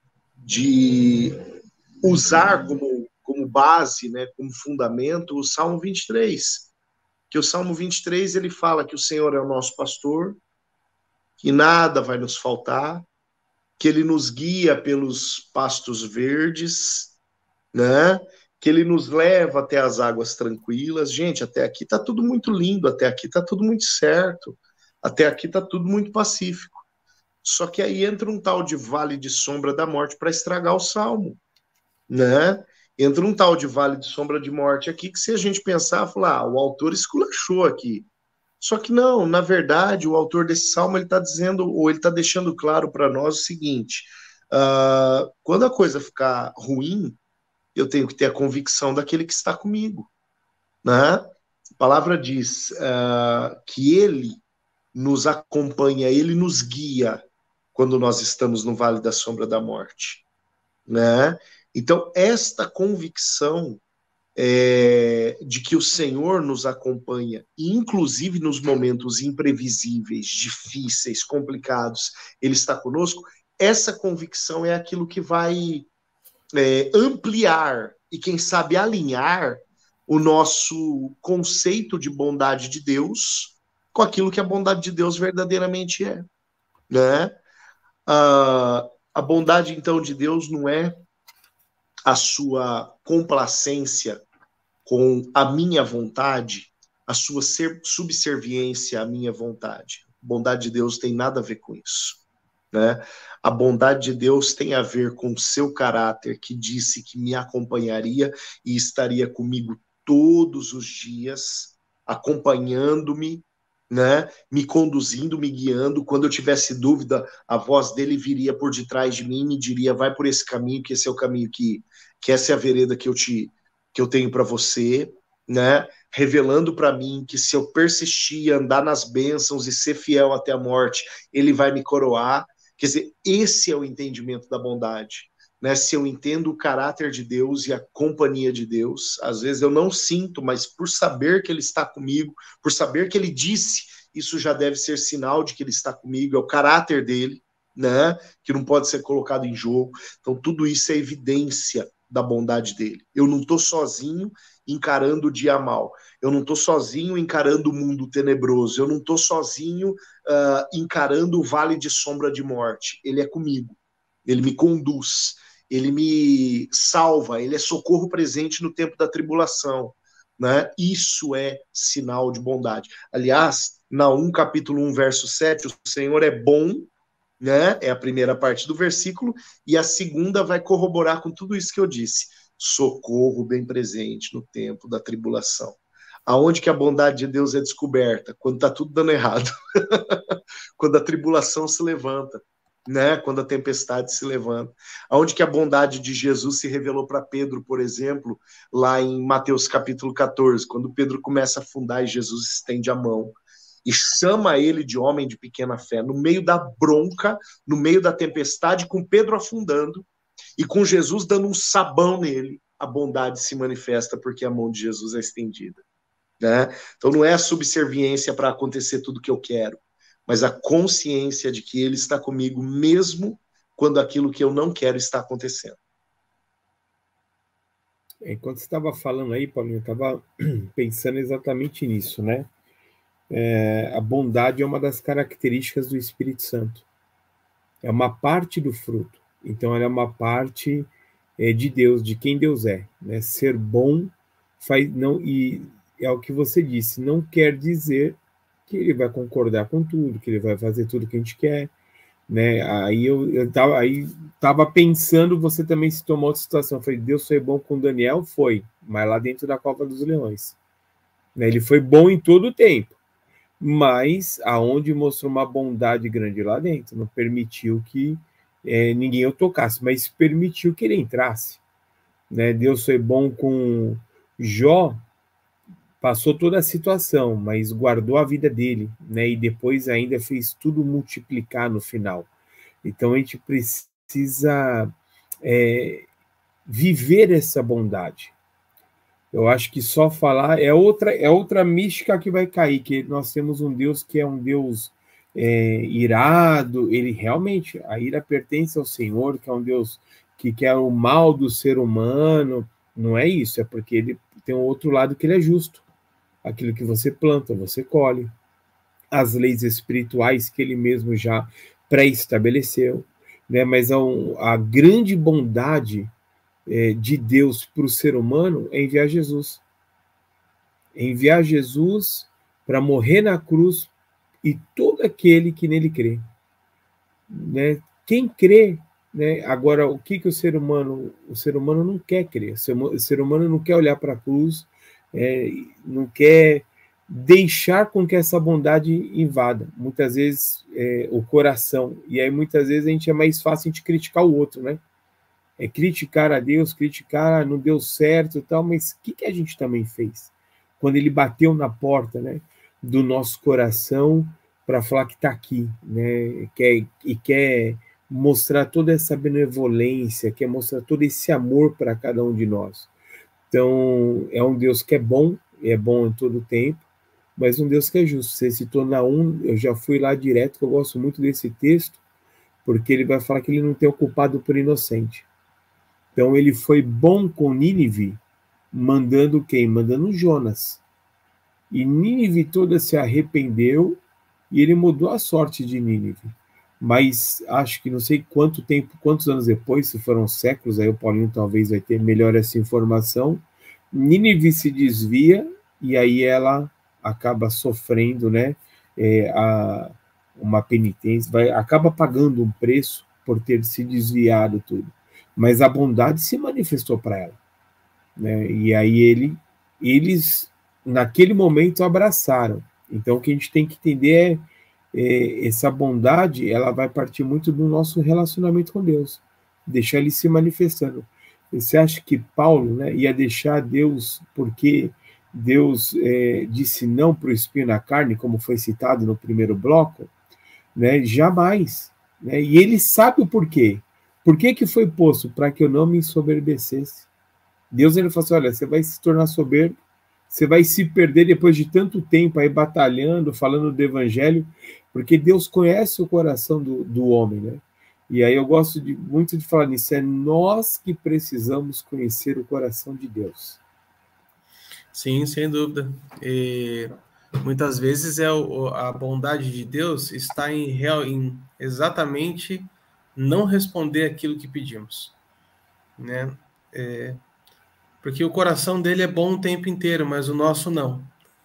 usar como base, né, como fundamento, o Salmo 23. Que o Salmo 23, ele fala que o Senhor é o nosso pastor, que nada vai nos faltar, que ele nos guia pelos pastos verdes, né? Que ele nos leva até as águas tranquilas. Gente, até aqui está tudo muito lindo, até aqui está tudo muito certo, até aqui está tudo muito pacífico. Só que aí entra um tal de vale de sombra da morte para estragar o Salmo, né? Entra um tal de vale de sombra de morte aqui que, se a gente pensar, falar, o autor esculachou aqui. Só que não, na verdade, o autor desse salmo, ele está dizendo, ou ele está deixando claro para nós o seguinte: Quando a coisa ficar ruim, eu tenho que ter a convicção daquele que está comigo, né? A palavra diz que ele nos acompanha, ele nos guia quando nós estamos no vale da sombra da morte, né? Então, esta convicção de que o Senhor nos acompanha, inclusive nos momentos imprevisíveis, difíceis, complicados, Ele está conosco, essa convicção é aquilo que vai ampliar e, quem sabe, alinhar o nosso conceito de bondade de Deus com aquilo que a bondade de Deus verdadeiramente é, né? A bondade, então, de Deus não é a sua complacência com a minha vontade, a sua subserviência à minha vontade. A bondade de Deus tem nada a ver com isso, né? A bondade de Deus tem a ver com o seu caráter, que disse que me acompanharia e estaria comigo todos os dias, acompanhando-me, né? Me conduzindo, me guiando. Quando eu tivesse dúvida, a voz dele viria por detrás de mim e me diria: vai por esse caminho, que esse é o caminho que essa é a vereda que eu tenho para você, né? Revelando para mim que se eu persistir, andar nas bênçãos e ser fiel até a morte, ele vai me coroar. Quer dizer, esse é o entendimento da bondade, né? Se eu entendo o caráter de Deus e a companhia de Deus, às vezes eu não sinto, mas por saber que ele está comigo, por saber que ele disse, isso já deve ser sinal de que ele está comigo, é o caráter dele, né? Que não pode ser colocado em jogo. Então, tudo isso é evidência da bondade dele. Eu não estou sozinho encarando o dia mal. Eu não estou sozinho encarando o mundo tenebroso. Eu não estou sozinho encarando o vale de sombra de morte. Ele é comigo. Ele me conduz. Ele me salva. Ele é socorro presente no tempo da tribulação, né? Isso é sinal de bondade. Aliás, Naum, capítulo 1, verso 7, o Senhor é bom, né? É a primeira parte do versículo, e a segunda vai corroborar com tudo isso que eu disse. Socorro bem presente no tempo da tribulação. Aonde que a bondade de Deus é descoberta? Quando está tudo dando errado. Quando a tribulação se levanta, né? Quando a tempestade se levanta. Aonde que a bondade de Jesus se revelou para Pedro, por exemplo, lá em Mateus capítulo 14, quando Pedro começa a afundar e Jesus estende a mão e chama ele de homem de pequena fé, no meio da bronca, no meio da tempestade, com Pedro afundando e com Jesus dando um sabão nele, a bondade se manifesta porque a mão de Jesus é estendida, né? Então não é a subserviência para acontecer tudo que eu quero, mas a consciência de que ele está comigo mesmo quando aquilo que eu não quero está acontecendo. Enquanto você estava falando aí, Paulinho, eu estava pensando exatamente nisso, né? A bondade é uma das características do Espírito Santo. É uma parte do fruto. Então, ela é uma parte de Deus, de quem Deus é, né? Ser bom e é o que você disse, não quer dizer que ele vai concordar com tudo, que ele vai fazer tudo que a gente quer, né? Aí eu tava pensando, você também se tomou outra situação. Falei, Deus foi bom com Daniel? Foi, mas lá dentro da cova dos leões, né? Ele foi bom em todo o tempo, mas aonde mostrou uma bondade grande lá dentro, não permitiu que ninguém o tocasse, mas permitiu que ele entrasse, né? Deus foi bom com Jó, passou toda a situação, mas guardou a vida dele, né? E depois ainda fez tudo multiplicar no final. Então a gente precisa viver essa bondade. Eu acho que só falar é outra mística que vai cair, que nós temos um Deus que é um Deus irado, ele realmente, a ira pertence ao Senhor, que é um Deus que quer o mal do ser humano. Não é isso, é porque ele tem um outro lado que ele é justo. Aquilo que você planta, você colhe. As leis espirituais que ele mesmo já pré-estabeleceu, né? Mas a grande bondade de Deus para o ser humano é enviar Jesus. Enviar Jesus para morrer na cruz e todo aquele que nele crê, né? Quem crê, né? Agora, o que o ser humano não quer crer. O ser humano não quer olhar para a cruz, não quer deixar com que essa bondade invada, muitas vezes, o coração. E aí, muitas vezes, a gente é mais fácil de criticar o outro, né? É criticar a Deus, criticar, não deu certo e tal, mas o que a gente também fez? Quando ele bateu na porta, né, do nosso coração para falar que está aqui, né, quer mostrar toda essa benevolência, quer mostrar todo esse amor para cada um de nós. Então, é um Deus que é bom em todo o tempo, mas um Deus que é justo. Você se torna um, eu já fui lá direto, que eu gosto muito desse texto, porque ele vai falar que ele não tem o culpado por inocente. Então, ele foi bom com Nínive, mandando quem? Mandando Jonas. E Nínive toda se arrependeu e ele mudou a sorte de Nínive. Mas acho que não sei quanto tempo, quantos anos depois, se foram séculos, aí o Paulinho talvez vai ter melhor essa informação, Nínive se desvia e aí ela acaba sofrendo, né, uma penitência, acaba pagando um preço por ter se desviado tudo. Mas a bondade se manifestou para ela, né? E aí eles, naquele momento, abraçaram. Então, o que a gente tem que entender essa bondade, ela vai partir muito do nosso relacionamento com Deus, deixar ele se manifestando. Você acha que Paulo, né, ia deixar Deus, porque Deus disse não para o espinho na carne, como foi citado no primeiro bloco? Né? Jamais. Né? E ele sabe o porquê. Por que foi posto? Para que eu não me ensoberbecesse. Deus, ele falou assim, olha, você vai se tornar soberbo, você vai se perder depois de tanto tempo aí batalhando, falando do evangelho, porque Deus conhece o coração do homem, né? E aí eu gosto muito de falar nisso, é nós que precisamos conhecer o coração de Deus. Sim, sem dúvida. E muitas vezes a bondade de Deus está em exatamente não responder aquilo que pedimos, né? Porque o coração dele é bom o tempo inteiro, mas o nosso não.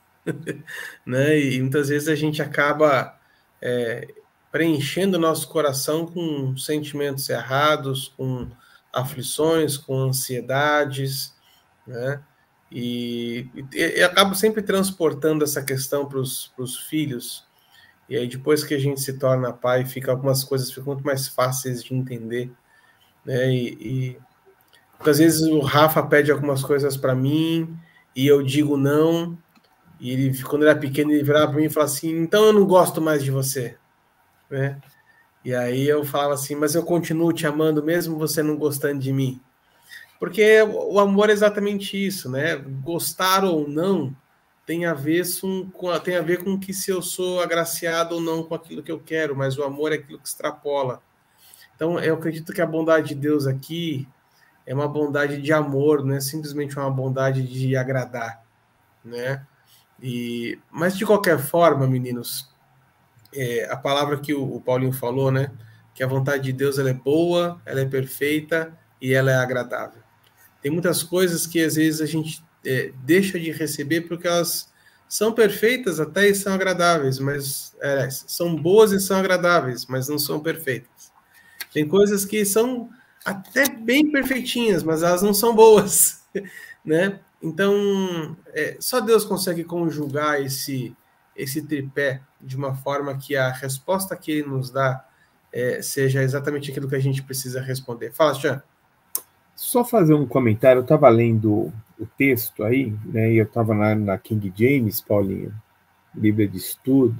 Né? E muitas vezes a gente acaba preenchendo o nosso coração com sentimentos errados, com aflições, com ansiedades, né? E acabo sempre transportando essa questão para os filhos, e aí depois que a gente se torna pai, algumas coisas ficam muito mais fáceis de entender, né? E muitas vezes o Rafa pede algumas coisas para mim, e eu digo não, e ele, quando ele era pequeno, ele virava para mim e falava assim, então eu não gosto mais de você, né? E aí eu falava assim, mas eu continuo te amando mesmo você não gostando de mim. Porque o amor é exatamente isso, né? Gostar ou não tem a ver com que se eu sou agraciado ou não com aquilo que eu quero, mas o amor é aquilo que extrapola. Então, eu acredito que a bondade de Deus aqui é uma bondade de amor, não é simplesmente uma bondade de agradar, né? Mas, de qualquer forma, meninos, a palavra que o Paulinho falou, né? Que a vontade de Deus ela é boa, ela é perfeita e ela é agradável. Tem muitas coisas que às vezes a gente deixa de receber porque elas são perfeitas até e são agradáveis, mas são boas e são agradáveis, mas não são perfeitas. Tem coisas que são até bem perfeitinhas, mas elas não são boas, né? Então, só Deus consegue conjugar esse tripé de uma forma que a resposta que Ele nos dá seja exatamente aquilo que a gente precisa responder. Fala, Chan. Só fazer um comentário, eu estava lendo o texto aí, né, e eu estava na King James, Paulinho, Bíblia de Estudo,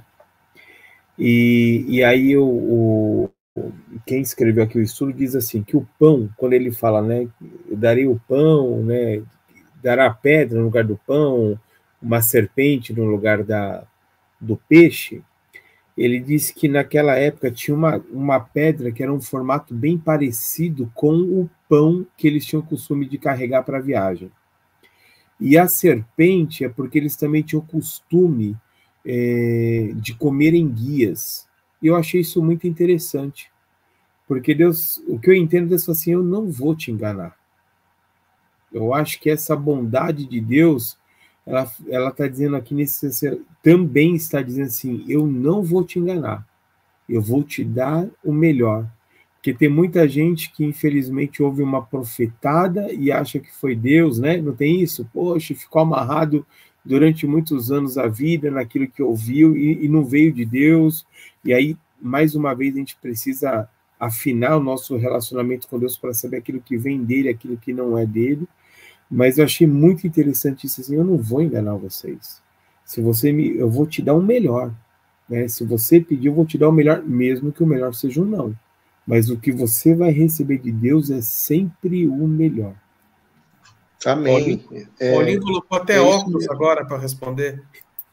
e aí quem escreveu aqui o estudo diz assim, que o pão, quando ele fala, né, eu darei o pão, né, dará a pedra no lugar do pão, uma serpente no lugar do peixe, ele disse que naquela época tinha uma pedra que era um formato bem parecido com o pão que eles tinham o costume de carregar para a viagem. E a serpente é porque eles também tinham o costume de comer enguias. E eu achei isso muito interessante. Porque Deus, o que eu entendo Deus é assim, eu não vou te enganar. Eu acho que essa bondade de Deus, ela está dizendo aqui também está dizendo assim, eu não vou te enganar, eu vou te dar o melhor, porque tem muita gente que infelizmente ouve uma profetada e acha que foi Deus, né? Não tem isso? Poxa, ficou amarrado durante muitos anos a vida naquilo que ouviu e não veio de Deus, e aí, mais uma vez, a gente precisa afinar o nosso relacionamento com Deus para saber aquilo que vem dele, aquilo que não é dele. Mas eu achei muito interessante isso, assim, eu não vou enganar vocês. Eu vou te dar o melhor, né? Se você pedir, eu vou te dar o melhor, mesmo que o melhor seja um não. Mas o que você vai receber de Deus é sempre o melhor. Amém. Paulinho colocou até óculos agora para responder.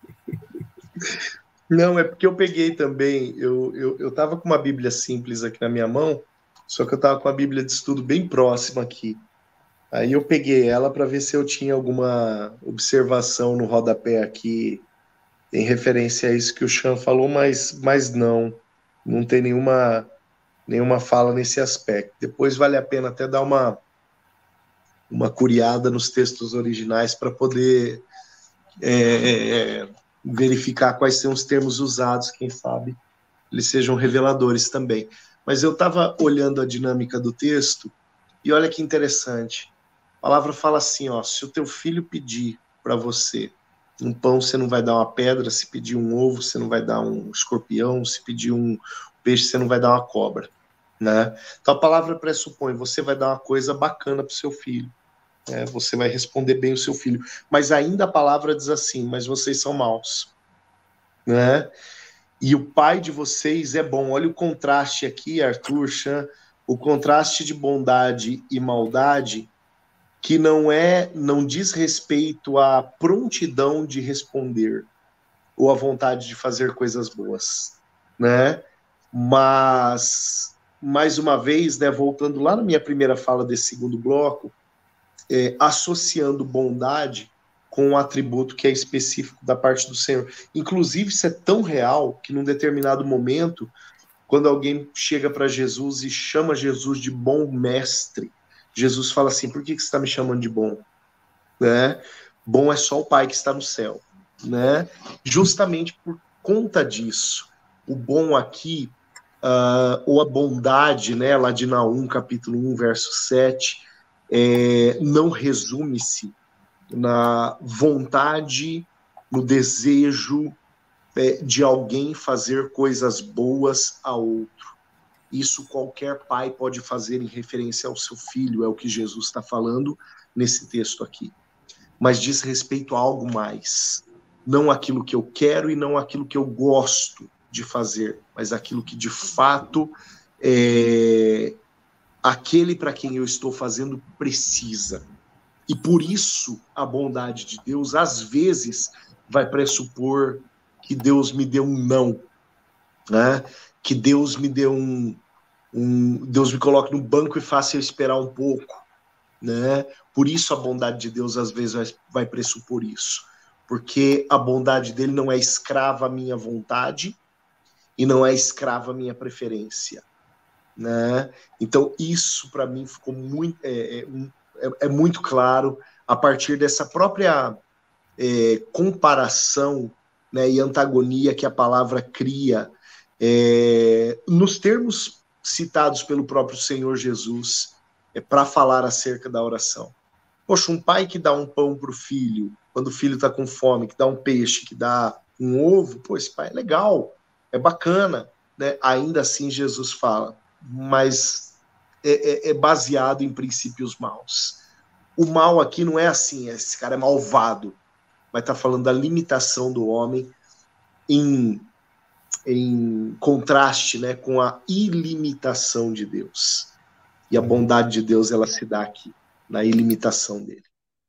Não, é porque eu peguei também, eu estava com uma Bíblia simples aqui na minha mão, só que eu estava com a Bíblia de estudo bem próxima aqui. Aí eu peguei ela para ver se eu tinha alguma observação no rodapé aqui em referência a isso que o Chan falou, mas não tem nenhuma fala nesse aspecto. Depois vale a pena até dar uma curiada nos textos originais para poder verificar quais são os termos usados, quem sabe eles sejam reveladores também. Mas eu estava olhando a dinâmica do texto e olha que interessante. A palavra fala assim, ó, se o teu filho pedir para você um pão, você não vai dar uma pedra, se pedir um ovo, você não vai dar um escorpião, se pedir um peixe, você não vai dar uma cobra, né? Então a palavra pressupõe, você vai dar uma coisa bacana para o seu filho, né? Você vai responder bem o seu filho, mas ainda a palavra diz assim, mas vocês são maus, né? E o pai de vocês é bom. Olha o contraste aqui, Arthur, Chan, o contraste de bondade e maldade, que não diz respeito à prontidão de responder ou à vontade de fazer coisas boas, né? Mas, mais uma vez, né, voltando lá na minha primeira fala desse segundo bloco, associando bondade com um atributo que é específico da parte do Senhor. Inclusive, isso é tão real que num determinado momento, quando alguém chega para Jesus e chama Jesus de bom mestre, Jesus fala assim, por que você está me chamando de bom? Né? Bom é só o Pai que está no céu. Né? Justamente por conta disso. O bom aqui, ou a bondade, né, lá de Naum, capítulo 1, verso 7, não resume-se na vontade, no desejo de alguém fazer coisas boas a outro. Isso qualquer pai pode fazer em referência ao seu filho, é o que Jesus está falando nesse texto aqui. Mas diz respeito a algo mais. Não aquilo que eu quero e não aquilo que eu gosto de fazer, mas aquilo que de fato aquele para quem eu estou fazendo precisa. E por isso a bondade de Deus, às vezes, vai pressupor que Deus me dê um não, né? Que Deus me dê Deus me coloque no banco e faça eu esperar um pouco, né? Por isso a bondade de Deus às vezes vai pressupor isso, porque a bondade dele não é escrava à minha vontade e não é escrava à minha preferência, né? Então isso para mim ficou muito muito claro a partir dessa própria comparação, né, e antagonia que a palavra cria nos termos citados pelo próprio Senhor Jesus para falar acerca da oração. Poxa, um pai que dá um pão para o filho, quando o filho está com fome, que dá um peixe, que dá um ovo, pô, esse pai é legal, é bacana, né? Ainda assim Jesus fala, mas é baseado em princípios maus. O mal aqui não é assim, esse cara é malvado, vai estar falando da limitação do homem em contraste, né, com a ilimitação de Deus. E a bondade de Deus, ela se dá aqui, na ilimitação dele.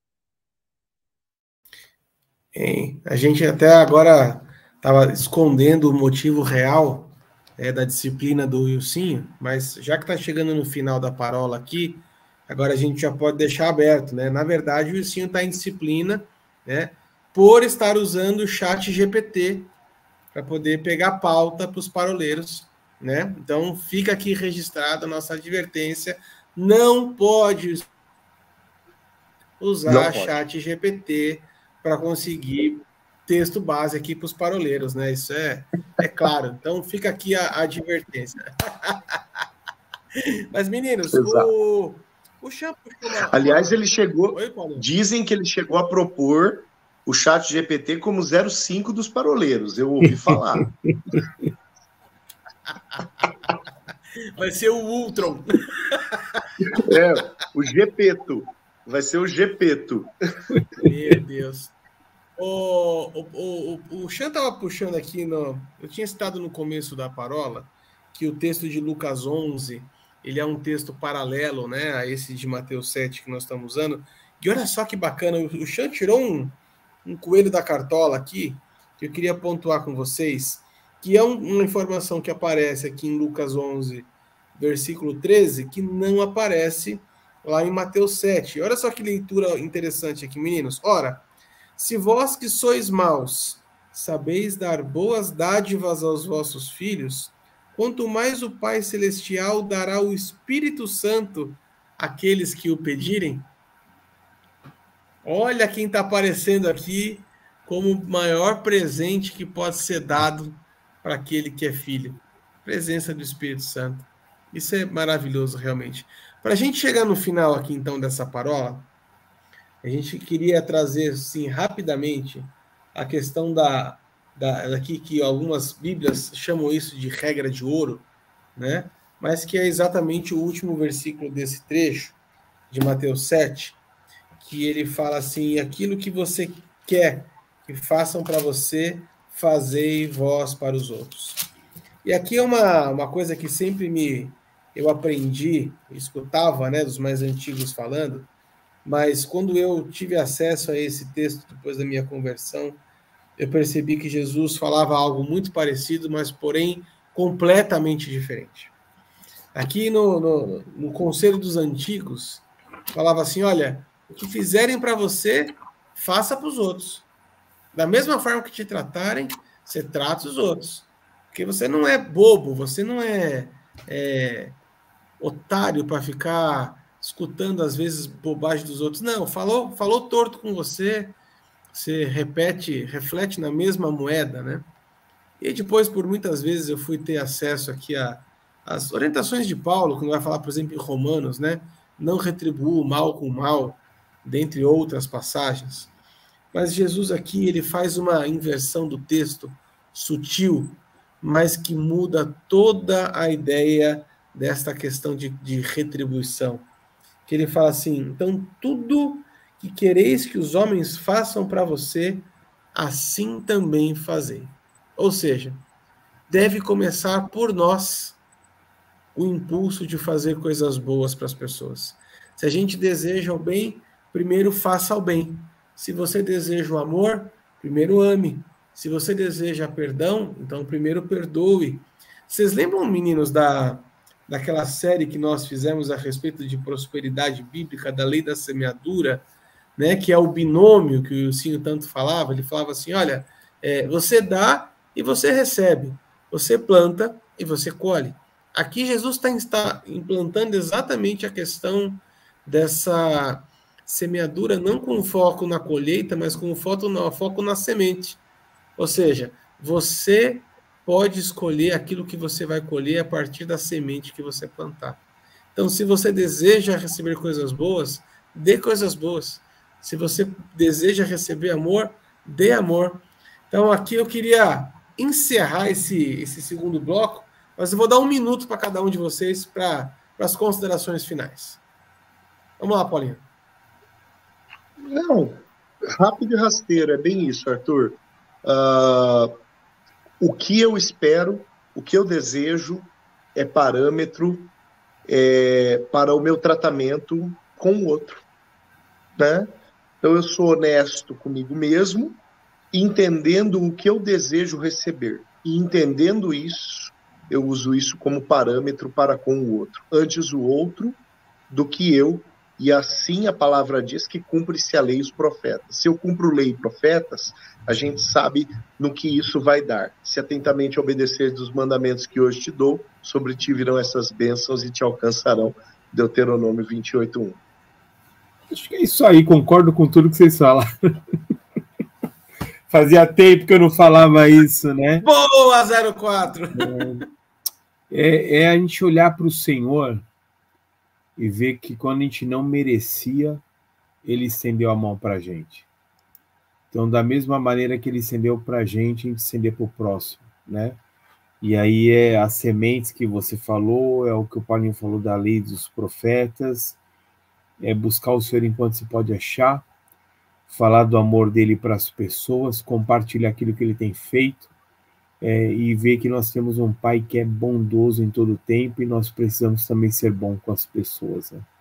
A gente até agora estava escondendo o motivo real da disciplina do Wilsinho, mas já que está chegando no final da parola aqui, agora a gente já pode deixar aberto, né? Na verdade, o Wilsinho está em disciplina, né, por estar usando o chat GPT para poder pegar pauta para os paroleiros, né? Então, fica aqui registrada a nossa advertência, não pode usar chat GPT para conseguir texto base aqui para os paroleiros, né? Isso é claro. Então, fica aqui a advertência. Mas, meninos, o Chan... Aliás, ele chegou... Dizem que ele chegou a propor o chat GPT como 05 dos paroleiros, eu ouvi falar. Vai ser o Ultron. O Gepeto. Vai ser o Gepeto. Meu Deus. O Xan estava puxando aqui, eu tinha citado no começo da parola, que o texto de Lucas 11, ele é um texto paralelo, né, a esse de Mateus 7 que nós estamos usando. E olha só que bacana, o Xan tirou um coelho da cartola aqui, que eu queria pontuar com vocês, que é uma informação que aparece aqui em Lucas 11, versículo 13, que não aparece lá em Mateus 7. Olha só que leitura interessante aqui, meninos. Ora, se vós que sois maus, sabeis dar boas dádivas aos vossos filhos, quanto mais o Pai Celestial dará o Espírito Santo àqueles que o pedirem. Olha quem está aparecendo aqui como o maior presente que pode ser dado para aquele que é filho. Presença do Espírito Santo. Isso é maravilhoso, realmente. Para a gente chegar no final aqui, então, dessa parola, a gente queria trazer, sim, rapidamente, a questão daqui que algumas Bíblias chamam isso de regra de ouro, né? Mas que é exatamente o último versículo desse trecho, de Mateus 7, que ele fala assim, aquilo que você quer que façam para você, fazei vós para os outros. E aqui é uma coisa que sempre eu aprendi, escutava, né, dos mais antigos falando, mas quando eu tive acesso a esse texto depois da minha conversão, eu percebi que Jesus falava algo muito parecido, mas porém completamente diferente. Aqui no Conselho dos Antigos, falava assim, olha, o que fizerem para você, faça para os outros. Da mesma forma que te tratarem, você trata os outros. Porque você não é bobo, você não é otário para ficar escutando, às vezes, bobagem dos outros. Não, falou torto com você, você reflete na mesma moeda, né? E depois, por muitas vezes, eu fui ter acesso aqui às orientações de Paulo, quando vai falar, por exemplo, em Romanos, né? Não retribua o mal com o mal, dentre outras passagens. Mas Jesus aqui, ele faz uma inversão do texto sutil, mas que muda toda a ideia desta questão de retribuição. Que ele fala assim, então tudo que quereis que os homens façam para você, assim também fazei. Ou seja, deve começar por nós o impulso de fazer coisas boas para as pessoas. Se a gente deseja o bem, primeiro faça o bem. Se você deseja o amor, primeiro ame. Se você deseja perdão, então primeiro perdoe. Vocês lembram, meninos, daquela série que nós fizemos a respeito de prosperidade bíblica, da lei da semeadura, né, que é o binômio que o Cinho tanto falava? Ele falava assim, olha, você dá e você recebe. Você planta e você colhe. Aqui Jesus está implantando exatamente a questão dessa semeadura, não com foco na colheita, mas com foco na semente. Ou seja, você pode escolher aquilo que você vai colher a partir da semente que você plantar. Então, se você deseja receber coisas boas, dê coisas boas. Se você deseja receber amor, dê amor. Então, aqui eu queria encerrar esse segundo bloco, mas eu vou dar 1 minuto para cada um de vocês para as considerações finais. Vamos lá, Paulinho. Não, rápido e rasteiro, é bem isso, Arthur. O que eu espero, o que eu desejo é parâmetro para o meu tratamento com o outro, né? Então eu sou honesto comigo mesmo, entendendo o que eu desejo receber. E entendendo isso, eu uso isso como parâmetro para com o outro. Antes o outro do que eu, e assim a palavra diz que cumpre-se a lei e os profetas. Se eu cumpro lei e profetas, a gente sabe no que isso vai dar. Se atentamente obedecer dos mandamentos que hoje te dou, sobre ti virão essas bênçãos e te alcançarão. Deuteronômio 28:1. Acho que é isso aí, concordo com tudo que vocês falam. Fazia tempo que eu não falava isso, né? Boa, 04! É a gente olhar para o Senhor e ver que quando a gente não merecia, Ele estendeu a mão para a gente. Então, da mesma maneira que ele estendeu para a gente estender para o próximo, né? E aí é as sementes que você falou, é o que o Paulinho falou da lei dos profetas, é buscar o Senhor enquanto se pode achar, falar do amor dele para as pessoas, compartilhar aquilo que ele tem feito, e ver que nós temos um Pai que é bondoso em todo o tempo e nós precisamos também ser bom com as pessoas. Né?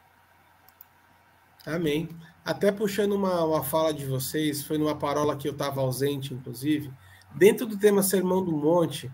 Amém. Até puxando uma fala de vocês, foi numa parola que eu estava ausente, inclusive, dentro do tema Sermão do Monte,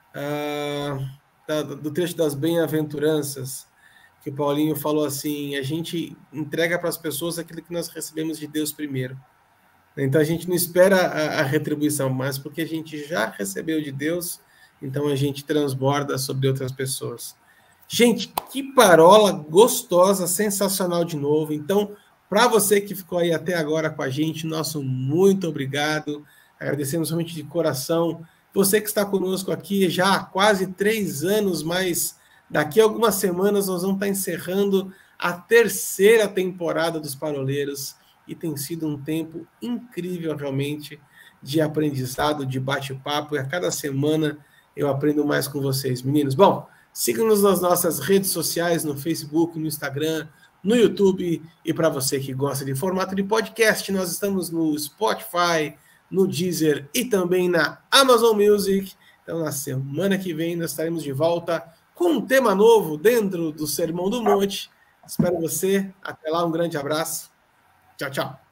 do trecho das bem-aventuranças, que o Paulinho falou assim, a gente entrega para as pessoas aquilo que nós recebemos de Deus primeiro. Então a gente não espera a retribuição, mas porque a gente já recebeu de Deus, então a gente transborda sobre outras pessoas. Gente, que parola gostosa, sensacional de novo. Então, para você que ficou aí até agora com a gente, nosso muito obrigado. Agradecemos realmente de coração. Você que está conosco aqui já há quase 3 anos, mas daqui a algumas semanas nós vamos estar encerrando a 3ª temporada dos Paroleiros. E tem sido um tempo incrível, realmente, de aprendizado, de bate-papo. E a cada semana eu aprendo mais com vocês, meninos. Bom, siga-nos nas nossas redes sociais, no Facebook, no Instagram, no YouTube. E para você que gosta de formato de podcast, nós estamos no Spotify, no Deezer e também na Amazon Music. Então, na semana que vem, nós estaremos de volta com um tema novo dentro do Sermão do Monte. Espero você. Até lá, um grande abraço. Tchau, tchau.